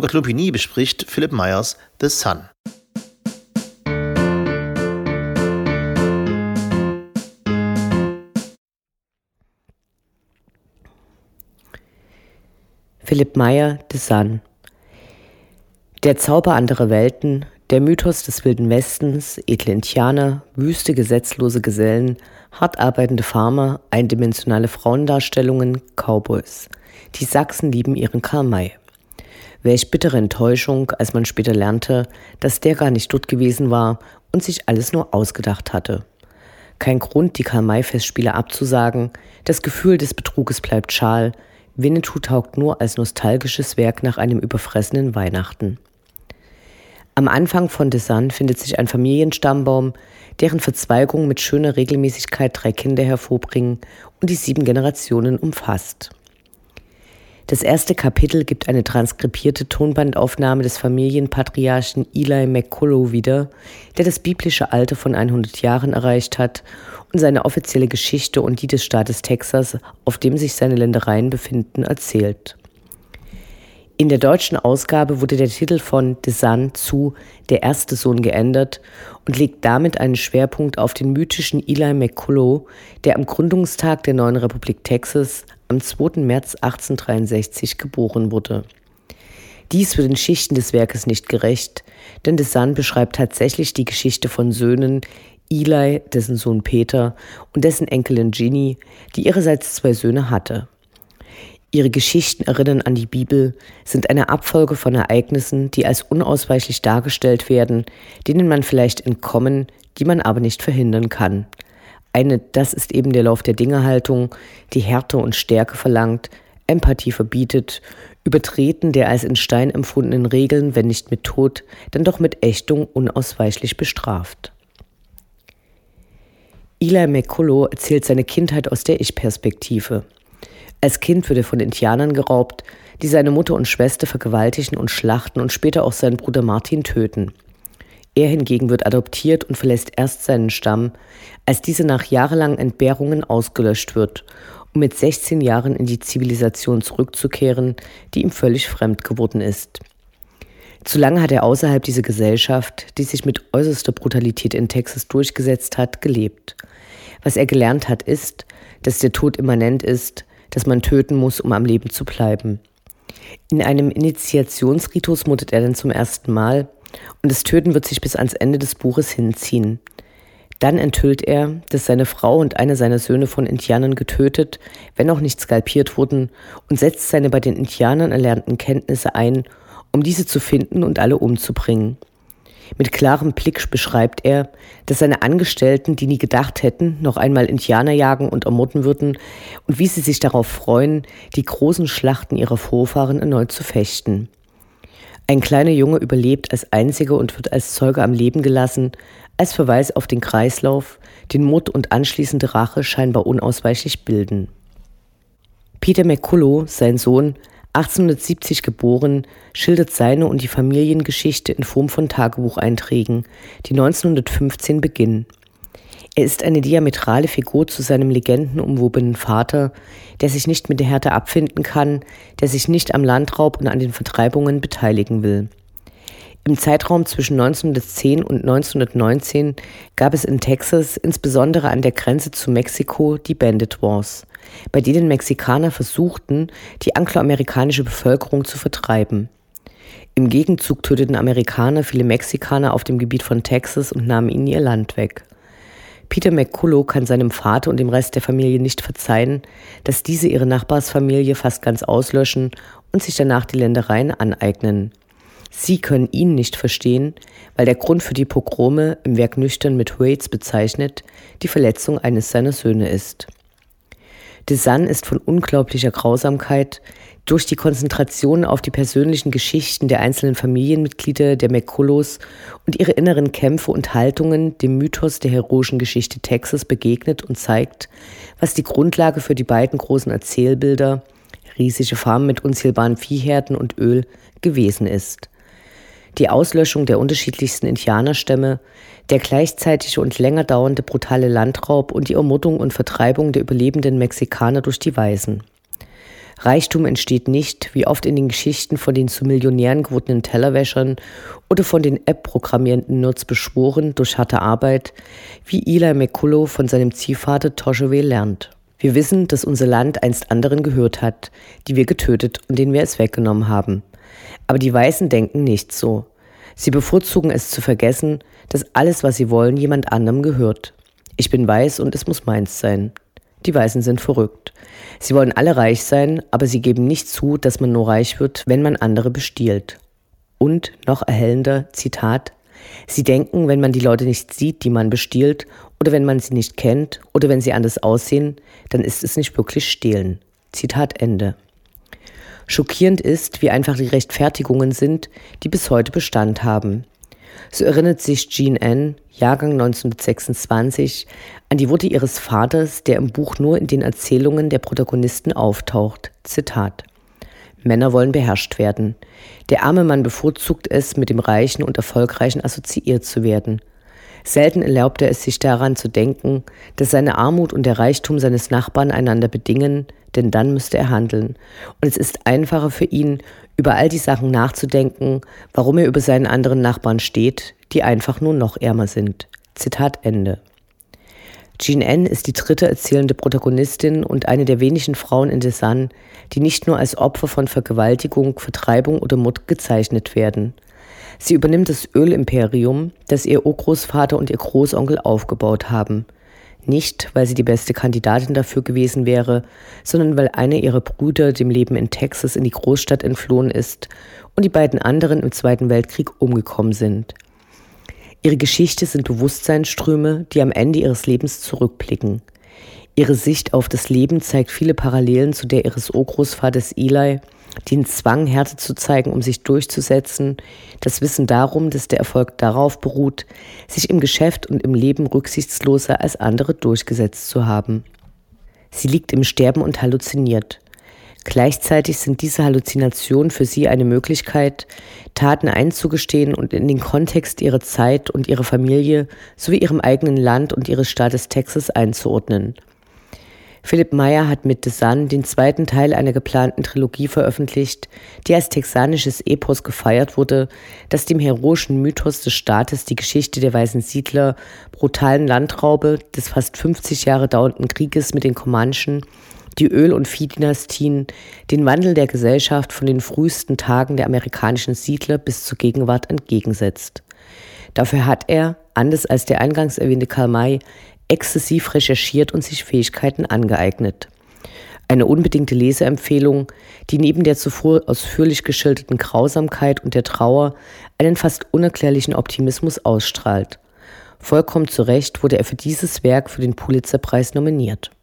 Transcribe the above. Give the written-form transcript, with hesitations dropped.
Irmgard Lumpini bespricht Philipp Mayers The Sun. Philipp Meyer, The Sun. Der Zauber anderer Welten, der Mythos des Wilden Westens, edle Indianer, wüste, gesetzlose Gesellen, hart arbeitende Farmer, eindimensionale Frauendarstellungen, Cowboys. Die Sachsen lieben ihren Karl May. Welch bittere Enttäuschung, als man später lernte, dass der gar nicht dort gewesen war und sich alles nur ausgedacht hatte. Kein Grund, die Karl-May-Festspiele abzusagen, das Gefühl des Betruges bleibt schal, Winnetou taugt nur als nostalgisches Werk nach einem überfressenen Weihnachten. Am Anfang von The Sun findet sich ein Familienstammbaum, deren Verzweigungen mit schöner Regelmäßigkeit 3 Kinder hervorbringen und die 7 Generationen umfasst. Das erste Kapitel gibt eine transkribierte Tonbandaufnahme des Familienpatriarchen Eli McCullough wieder, der das biblische Alter von 100 Jahren erreicht hat und seine offizielle Geschichte und die des Staates Texas, auf dem sich seine Ländereien befinden, erzählt. In der deutschen Ausgabe wurde der Titel von The Sun zu Der erste Sohn geändert und legt damit einen Schwerpunkt auf den mythischen Eli McCullough, der am Gründungstag der neuen Republik Texas am 2. März 1863 geboren wurde. Dies wird den Schichten des Werkes nicht gerecht, denn The Sun beschreibt tatsächlich die Geschichte von Söhnen, Eli, dessen Sohn Peter, und dessen Enkelin Ginny, die ihrerseits 2 Söhne hatte. Ihre Geschichten erinnern an die Bibel, sind eine Abfolge von Ereignissen, die als unausweichlich dargestellt werden, denen man vielleicht entkommen, die man aber nicht verhindern kann. Eine „Das ist eben der Lauf der Dinge"-Haltung, die Härte und Stärke verlangt, Empathie verbietet, Übertreten der als in Stein empfundenen Regeln, wenn nicht mit Tod, dann doch mit Ächtung unausweichlich bestraft. Eli McCullough erzählt seine Kindheit aus der Ich-Perspektive. Als Kind wird er von Indianern geraubt, die seine Mutter und Schwester vergewaltigen und schlachten und später auch seinen Bruder Martin töten. Er hingegen wird adoptiert und verlässt erst seinen Stamm, als diese nach jahrelangen Entbehrungen ausgelöscht wird, um mit 16 Jahren in die Zivilisation zurückzukehren, die ihm völlig fremd geworden ist. Zu lange hat er außerhalb dieser Gesellschaft, die sich mit äußerster Brutalität in Texas durchgesetzt hat, gelebt. Was er gelernt hat, ist, dass der Tod immanent ist, dass man töten muss, um am Leben zu bleiben. In einem Initiationsritus mutet er dann zum ersten Mal und das Töten wird sich bis ans Ende des Buches hinziehen. Dann enthüllt er, dass seine Frau und einer seiner Söhne von Indianern getötet, wenn auch nicht skalpiert wurden, und setzt seine bei den Indianern erlernten Kenntnisse ein, um diese zu finden und alle umzubringen. Mit klarem Blick beschreibt er, dass seine Angestellten, die nie gedacht hätten, noch einmal Indianer jagen und ermorden würden und wie sie sich darauf freuen, die großen Schlachten ihrer Vorfahren erneut zu fechten. Ein kleiner Junge überlebt als einziger und wird als Zeuge am Leben gelassen, als Verweis auf den Kreislauf, den Mord und anschließende Rache scheinbar unausweichlich bilden. Peter McCullough, sein Sohn, 1870 geboren, schildert seine und die Familiengeschichte in Form von Tagebucheinträgen, die 1915 beginnen. Er ist eine diametrale Figur zu seinem legendenumwobenen Vater, der sich nicht mit der Härte abfinden kann, der sich nicht am Landraub und an den Vertreibungen beteiligen will. Im Zeitraum zwischen 1910 und 1919 gab es in Texas, insbesondere an der Grenze zu Mexiko, die Bandit Wars, bei denen Mexikaner versuchten, die angloamerikanische Bevölkerung zu vertreiben. Im Gegenzug töteten Amerikaner viele Mexikaner auf dem Gebiet von Texas und nahmen ihnen ihr Land weg. Peter McCullough kann seinem Vater und dem Rest der Familie nicht verzeihen, dass diese ihre Nachbarsfamilie fast ganz auslöschen und sich danach die Ländereien aneignen. Sie können ihn nicht verstehen, weil der Grund für die Pogrome, im Werk nüchtern mit Raids bezeichnet, die Verletzung eines seiner Söhne ist. The Sun ist von unglaublicher Grausamkeit, durch die Konzentration auf die persönlichen Geschichten der einzelnen Familienmitglieder der McCulloughs und ihre inneren Kämpfe und Haltungen dem Mythos der heroischen Geschichte Texas begegnet und zeigt, was die Grundlage für die beiden großen Erzählbilder, riesige Farmen mit unzählbaren Viehherden und Öl, gewesen ist. Die Auslöschung der unterschiedlichsten Indianerstämme, der gleichzeitige und länger dauernde brutale Landraub und die Ermordung und Vertreibung der überlebenden Mexikaner durch die Weißen. Reichtum entsteht nicht, wie oft in den Geschichten von den zu Millionären gewordenen Tellerwäschern oder von den App-programmierenden Nerds beschworen, durch harte Arbeit, wie Eli McCullough von seinem Ziehvater Toshaway lernt. Wir wissen, dass unser Land einst anderen gehört hat, die wir getötet und denen wir es weggenommen haben. Aber die Weißen denken nicht so. Sie bevorzugen es zu vergessen, dass alles, was sie wollen, jemand anderem gehört. Ich bin weiß und es muss meins sein. Die Weißen sind verrückt. Sie wollen alle reich sein, aber sie geben nicht zu, dass man nur reich wird, wenn man andere bestiehlt. Und, noch erhellender, Zitat, sie denken, wenn man die Leute nicht sieht, die man bestiehlt, oder wenn man sie nicht kennt, oder wenn sie anders aussehen, dann ist es nicht wirklich Stehlen. Zitat Ende. Schockierend ist, wie einfach die Rechtfertigungen sind, die bis heute Bestand haben. So erinnert sich Jean Ann, Jahrgang 1926, an die Worte ihres Vaters, der im Buch nur in den Erzählungen der Protagonisten auftaucht. Zitat: Männer wollen beherrscht werden. Der arme Mann bevorzugt es, mit dem Reichen und Erfolgreichen assoziiert zu werden. Selten erlaubt er es sich daran zu denken, dass seine Armut und der Reichtum seines Nachbarn einander bedingen, denn dann müsste er handeln. Und es ist einfacher für ihn, über all die Sachen nachzudenken, warum er über seinen anderen Nachbarn steht, die einfach nur noch ärmer sind. Zitat Ende. Jean Ann ist die dritte erzählende Protagonistin und eine der wenigen Frauen in The Sun, die nicht nur als Opfer von Vergewaltigung, Vertreibung oder Mord gezeichnet werden. Sie übernimmt das Ölimperium, das ihr Urgroßvater und ihr Großonkel aufgebaut haben. Nicht, weil sie die beste Kandidatin dafür gewesen wäre, sondern weil einer ihrer Brüder dem Leben in Texas in die Großstadt entflohen ist und die beiden anderen im Zweiten Weltkrieg umgekommen sind. Ihre Geschichte sind Bewusstseinsströme, die am Ende ihres Lebens zurückblicken. Ihre Sicht auf das Leben zeigt viele Parallelen zu der ihres Urgroßvaters Eli, den Zwang, Härte zu zeigen, um sich durchzusetzen, das Wissen darum, dass der Erfolg darauf beruht, sich im Geschäft und im Leben rücksichtsloser als andere durchgesetzt zu haben. Sie liegt im Sterben und halluziniert. Gleichzeitig sind diese Halluzinationen für sie eine Möglichkeit, Taten einzugestehen und in den Kontext ihrer Zeit und ihrer Familie sowie ihrem eigenen Land und ihres Staates Texas einzuordnen. Philipp Meyer hat mit The Sun den zweiten Teil einer geplanten Trilogie veröffentlicht, die als texanisches Epos gefeiert wurde, das dem heroischen Mythos des Staates die Geschichte der weißen Siedler, brutalen Landraube, des fast 50 Jahre dauernden Krieges mit den Comanchen, die Öl- und Viehdynastien, den Wandel der Gesellschaft von den frühesten Tagen der amerikanischen Siedler bis zur Gegenwart entgegensetzt. Dafür hat er, anders als der eingangs erwähnte Karl May, exzessiv recherchiert und sich Fähigkeiten angeeignet. Eine unbedingte Leseempfehlung, die neben der zuvor ausführlich geschilderten Grausamkeit und der Trauer einen fast unerklärlichen Optimismus ausstrahlt. Vollkommen zu Recht wurde er für dieses Werk für den Pulitzer-Preis nominiert.